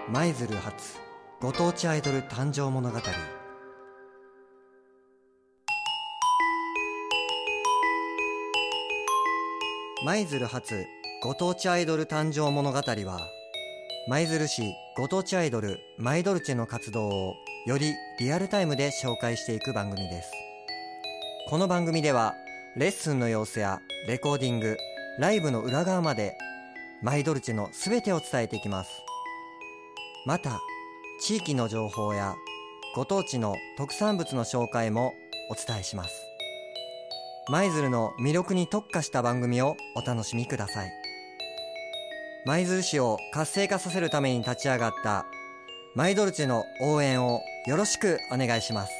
舞鶴発ご当地アイドル誕生物語。舞鶴発ご当地アイドル誕生物語は、舞鶴市ご当地アイドルマイドルチェの活動をよりリアルタイムで紹介していく番組です。この番組ではレッスンの様子やレコーディング、ライブの裏側までマイドルチェのすべてを伝えていきます。また地域の情報やご当地の特産物の紹介もお伝えします。舞鶴の魅力に特化した番組をお楽しみください。舞鶴市を活性化させるために立ち上がったマイドルチェの応援をよろしくお願いします。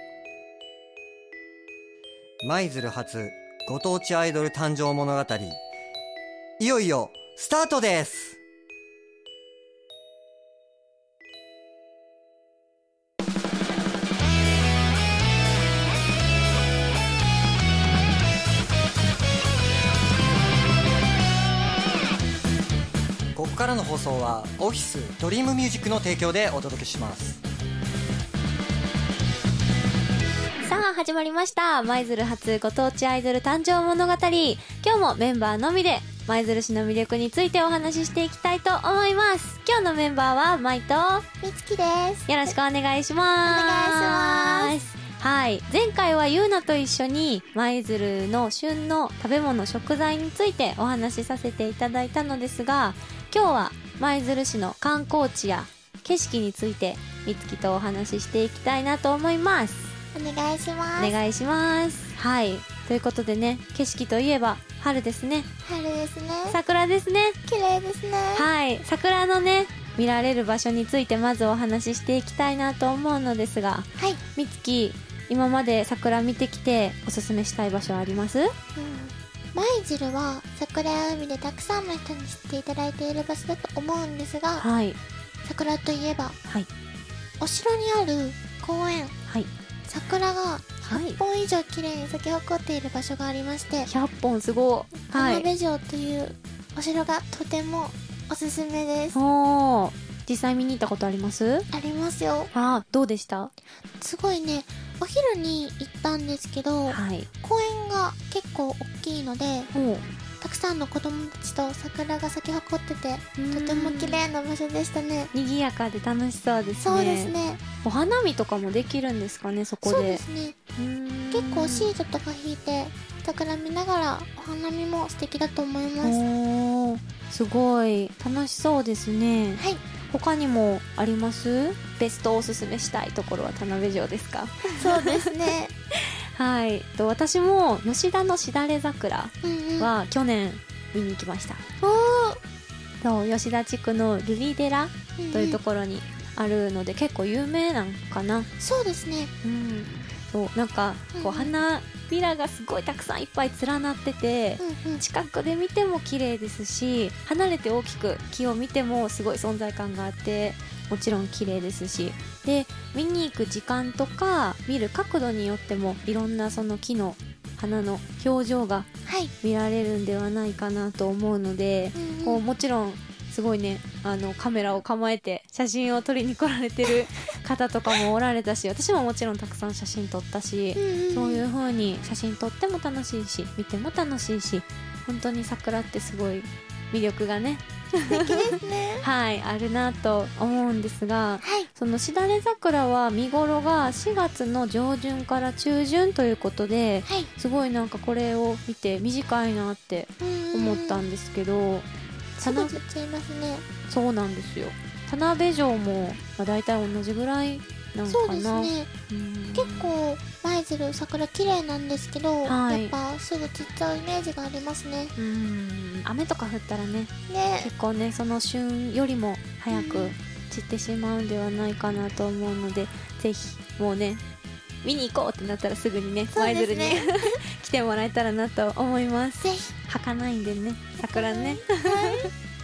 舞鶴発ご当地アイドル誕生物語、いよいよスタートです。ここからの放送はオフィスドリームミュージックの提供でお届けします。 さあ始まりました、舞鶴発ご当地アイドル誕生物語。今日もメンバーのみで舞鶴市の魅力についてお話ししていきたいと思います。今日のメンバーは舞とみつきです。 よろしくお願いします。 お願いします。 はい、前回はゆうなと一緒に舞鶴の旬の食べ物食材についてお話しさせていただいたのですが、今日は舞鶴市の観光地や景色についてみつきとお話ししていきたいなと思います。 お願いします。 お願いします。はい、ということでね、景色といえば春ですね。 春ですね。 桜ですね。 綺麗ですね。 はい、桜のね見られる場所についてまずお話ししていきたいなと思うのですが、 はい、 みつき今まで桜見てきておすすめしたい場所あります？ 舞鶴は桜や海でたくさんの人に知っていただいている場所だと思うんですが、 はい、 桜といえば、 はい、 お城にある公園、 はい、 桜が100本以上綺麗に咲き誇っている場所がありまして、 100本すごい。 田辺城というお城がとてもおすすめです。 おー、実際見に行ったことあります？ ありますよ。 どうでした？ すごいね、お昼に行ったんですけど、 はい、 公園が結構大きいので、たくさんの子供たちと桜が咲き誇ってて、とても綺麗な場所でしたね。 賑やかで楽しそうですね。 そうですね。 お花見とかもできるんですかね、そこで。 そうですね。結構シートとか引いて桜見ながらお花見も素敵だと思います。 おー、すごい楽しそうですね。 はい。 他にもあります？ベストおすすめしたいところは田辺城ですか？ そうですね。 はい、私も吉田のしだれ桜は去年見に行きました。そう、吉田地区の瑠璃寺というところにあるので、結構有名なんかな。 そうですね。 そう、なんかこう花びらがすごいたくさんいっぱい連なってて、近くで見ても綺麗ですし、離れて大きく木を見てもすごい存在感があって、もちろん綺麗ですし、で見に行く時間とか見る角度によってもいろんなその木の花の表情が見られるんではないかなと思うので、こうもちろんすごいね、カメラを構えて写真を撮りに来られてる方とかもおられたし、私ももちろんたくさん写真撮ったし、そういう風に写真撮っても楽しいし見ても楽しいし、本当に桜ってすごい魅力がね素敵ですね。 はい、あるなと思うんですが、 はい、 そのしだれ桜は見頃が4月の上旬から中旬ということで、 はい、 すごいなんかこれを見て短いなって思ったんですけど、 すぐ出ちゃいますね。 そうなんですよ。田辺城も、だいたい同じぐらいなんかな。 そうですね。結構舞鶴桜綺麗なんですけど、やっぱすぐ散っちゃうイメージがありますね。 雨とか降ったらね、結構ねその旬よりも早く散ってしまうんではないかなと思うので、ぜひもうね見に行こうってなったらすぐにね舞鶴に来てもらえたらなと思います。 ぜひ。 儚いんでね、桜ね。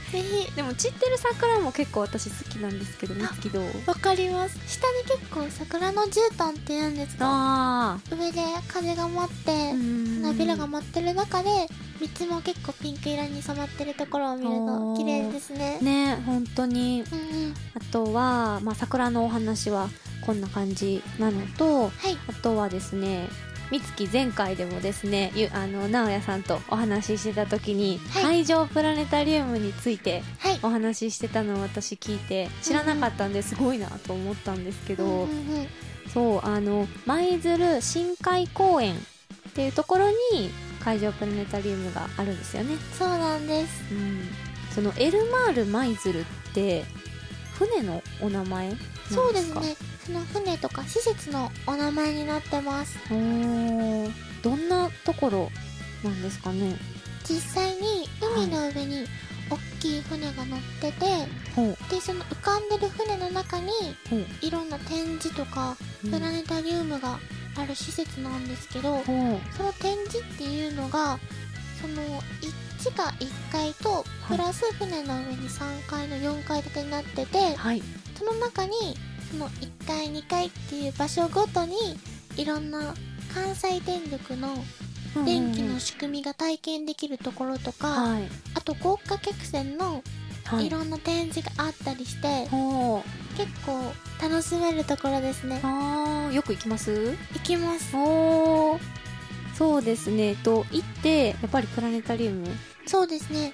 ぜひ。 でも散ってる桜も結構私好きなんですけど、みつきどう？ わかります。下に結構桜の絨毯って言うんですが、 あ上で風が舞って花びらが舞ってる中で道も結構ピンク色に染まってるところを見ると綺麗ですね。 ね、本当に。 うんうん。 あとは、まあ、桜のお話はこんな感じなのと、 はい。 あとはですね、みつき前回でもですね、直哉さんとお話ししてた時に、 はい海上プラネタリウムについてはい。 お話ししてたのを私聞いて知らなかったんですごいなと思ったんですけど、 うんうんうん。 そう舞鶴深海公園っていうところに海上プラネタリウムがあるんですよね。 そうなんです。 そのエルマール舞鶴って船のお名前なんですか？ そうですね。その船とか施設のお名前になってます。 どんなところなんですかね？ 実際に海の上に大きい船が乗ってて、 ほうでその浮かんでる船の中にほういろんな展示とかうんプラネタリウムがある施設なんですけど、 ほうその展示っていうのがその地下1階とプラス船の上に3階の4階建てになってて、 はいその中にその1階2階っていう場所ごとにいろんな関西電力の電気の仕組みが体験できるところとか、 はいあと豪華客船のはいいろんな展示があったりして、 ほう結構楽しめるところですね。 よく行きます？ 行きます。 おー、そうですね。行ってやっぱりプラネタリウム。 そうですね。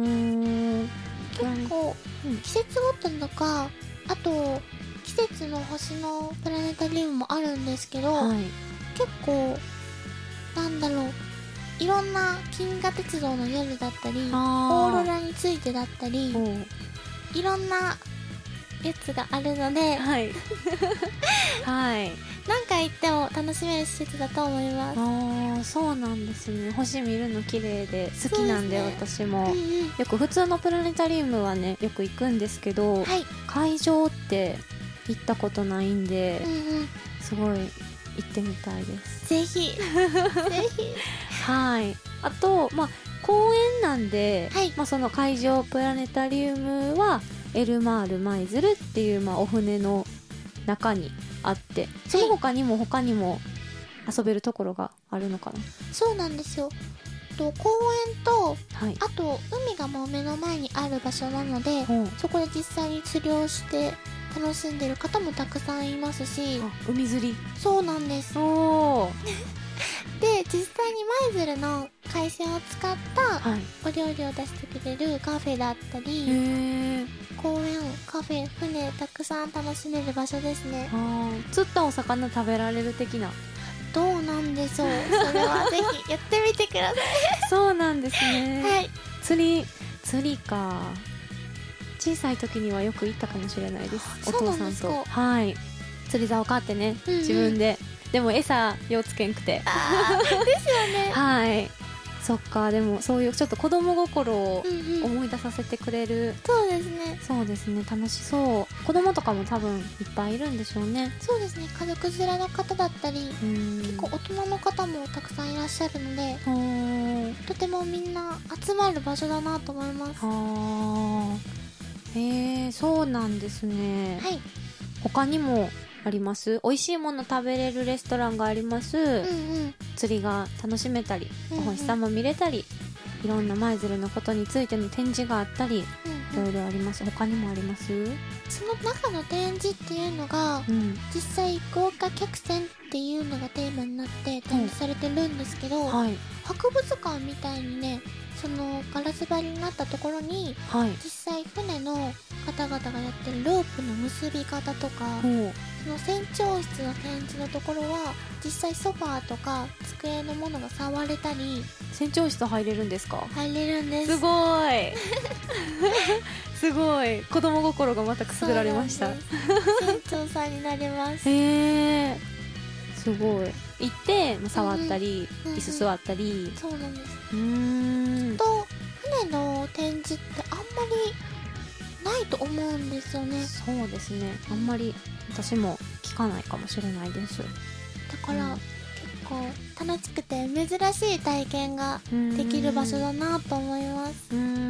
結構季節ごととか、あと季節の星のプラネタリウムもあるんですけど、 はい結構なんだろう、いろんな銀河鉄道の夜だったりオーロラについてだったり、 ほういろんなやつがあるので、 はいはい何回行っても楽しめる施設だと思います。 そうなんですね。星見るの綺麗で好きなんで、 そうです私もうんうん。 よく普通のプラネタリウムはねよく行くんですけど、 はい。 会場って行ったことないんで、 うんうん。 すごい行ってみたいです。 ぜひ。ぜひ。 はい。あと、まあ、公園なんで、 はいまあ、その海上プラネタリウムはエルマール舞鶴っていう、まあ、お船の中にあって、その他にも遊べるところがあるのかな。 そうなんですよ。公園と、 はい。 あと海がもう目の前にある場所なので、 ほうそこで実際に釣りをして楽しんでる方もたくさんいますし、 海釣り。 そうなんです。 おー。 で、実際に舞鶴の海鮮を使ったはい。 お料理を出してくれるカフェだったへり、 ー。 公園、カフェ、船、たくさん楽しめる場所ですね。 釣ったお魚食べられる的な。 どうなんでしょう。それはぜひやってみてくださそうなんですね。 い。はい。 釣りか。小さい時にはよく行ったかもしれないです。おそうな父さんと。 んですか。 はい。釣り竿買ってね、 うんうん自分で。でも餌ようつけんくて。 ですよね。 はい。そっか、でもそういうちょっと子供心をうんうん。 思い出させてくれる。 そうですね。 そうですね、楽しそう。子供とかも多分いっぱいいるんでしょうね。 そうですね。家族連れの方だったり、 結結構大人の方もたくさんいらっしゃるので、 ほー。 とてもみんな集まる場所だなと思います。 はー。そうなんですね。 はい。 他にもあります？美味しいもの食べれるレストランがあります。 うんうん。 釣りが楽しめたり、 うんうんお星様見れたり、いろんな舞鶴のことについての展示があったり、いうんうん。 ろいろあります。他にもあります？ その中の展示っていうのが、 うん。 実際豪華客船っていうのがテーマになって展示されてるんですけど、 はい。 博物館みたいにね、そのガラス張りになったところにはい。 実際船の方々がやってるロープの結び方とか、 ほう。 その船長室の展示のところは実際ソファーとか机のものが触れたり船長室入れるんですか？ 入れるんです。 すごいすごい子供心がまたくすぐられました。 そうなんです船長さんになれます。 へー、すごい。行ってまあ触ったり、 うんうん椅子座ったり。 そうなんです。 とと船の展示ってあんまりないと思うんですよね。 そうですね、あんまり私も聞かないかもしれないです。 だから、 うん結構楽しくて珍しい体験ができる場所だなと思います。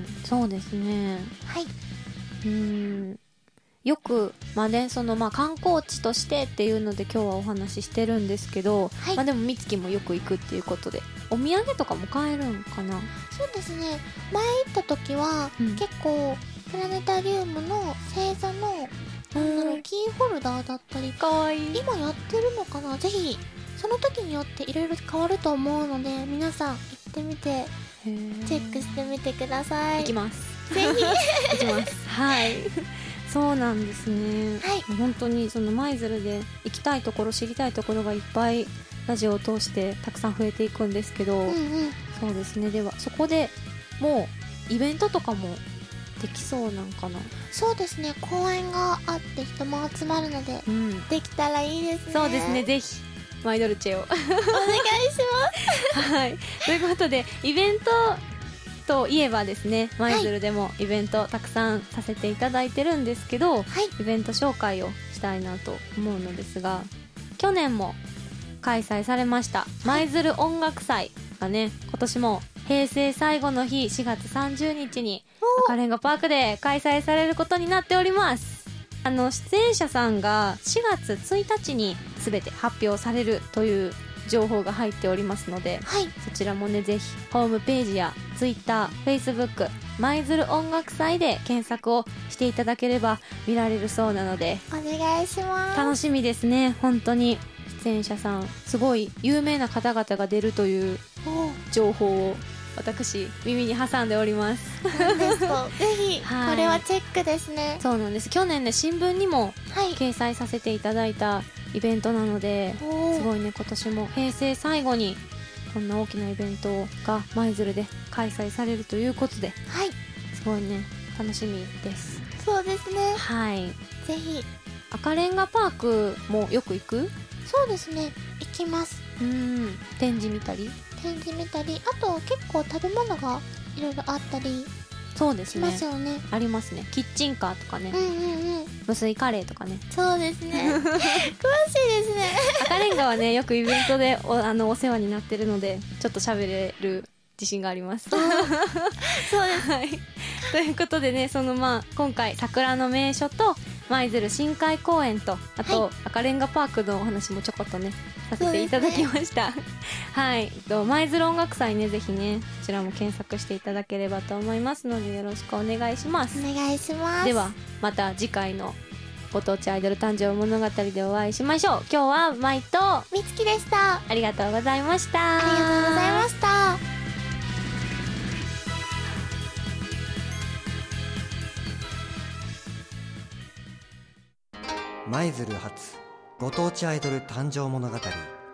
そうですね。 はい。 よく、その観光地としてっていうので今日はお話ししてるんですけど、 はい、 でも美月もよく行くっていうことで、お土産とかも買えるんかな。 そうですね。前行った時は、結構プラネタリウムの星座のキーホルダーだったり、 かわいい。 今やってるのかな。ぜひその時によっていろいろ変わると思うので、皆さん行ってみてチェックしてみてください。 行きます。 ぜひ行きます。はい。そうなんですね。 はい。 本当にその舞鶴で行きたいところ、知りたいところがいっぱいラジオを通してたくさん増えていくんですけど、そうですね。ではそこでもうイベントとかもできそうなんかな。 そうですね。公演があって人も集まるので、できたらいいですね。 そうですね。ぜひマイドルチェをお願いします。はい。ということでイベントといえばですね、舞鶴でもイベントたくさんさせていただいてるんですけど、イベント紹介をしたいなと思うのですが、去年も開催されました舞鶴音楽祭がね、今年も平成最後の日4月30日に赤レンガパークで開催されることになっております。出演者さんが4月1日に全て発表されるという情報が入っておりますので、そちらもね、ぜひホームページや Twitter、Facebook 舞鶴音楽祭で検索をしていただければ見られるそうなので、 お願いします。 楽しみですね。本当に出演者さんすごい有名な方々が出るという情報を私耳に挟んでおります。 ですとぜひこれはチェックですね。 そうなんです。去年ね、新聞にも掲載させていただいたイベントなので、すごいね、今年も平成最後にこんな大きなイベントが舞鶴で開催されるということで、すごいね、楽しみです。 そうですね。 はい。 ぜひ。 赤レンガパークもよく行く？ そうですね、行きます。 展示見たり、 あと結構食べ物がいろいろあったり、 そうですね、 しますよね。 ありますね。キッチンカーとかね、無水カレーとかね。 そうですね。詳しいですね。 赤レンガはね、よくイベントでお世話になってるので、ちょっと喋れる自信があります。 そうです。 はい。ということでね、その今回桜の名所と舞鶴深海公園と、あと赤レンガパークのお話もちょこっとねさせていただきました。はい。舞鶴音楽祭ね、ぜひね、こちらも検索していただければと思いますので、よろしくお願いします。 お願いします。 ではまた次回のご当地アイドル誕生物語でお会いしましょう。今日は舞と美月でした。 ありがとうございました。 ありがとうございました。 舞鶴発ご当地アイドル誕生物語。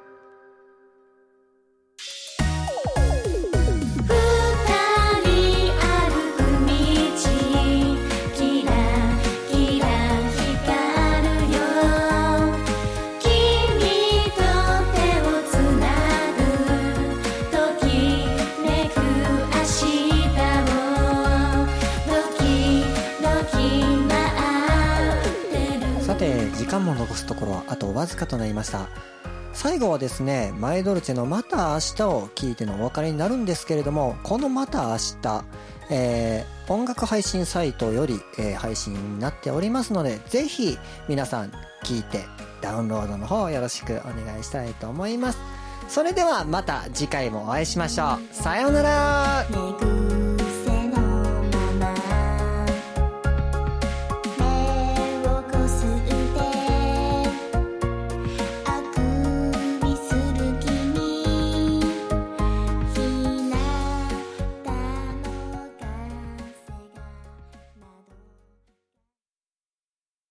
時間も残すところはあとわずかとなりました。最後はですね、マイドルチェのまた明日を聞いてのお別れになるんですけれども、このまた明日、音楽配信サイトより、配信になっておりますので、ぜひ皆さん聞いてダウンロードの方よろしくお願いしたいと思います。それではまた次回もお会いしましょう。さようなら。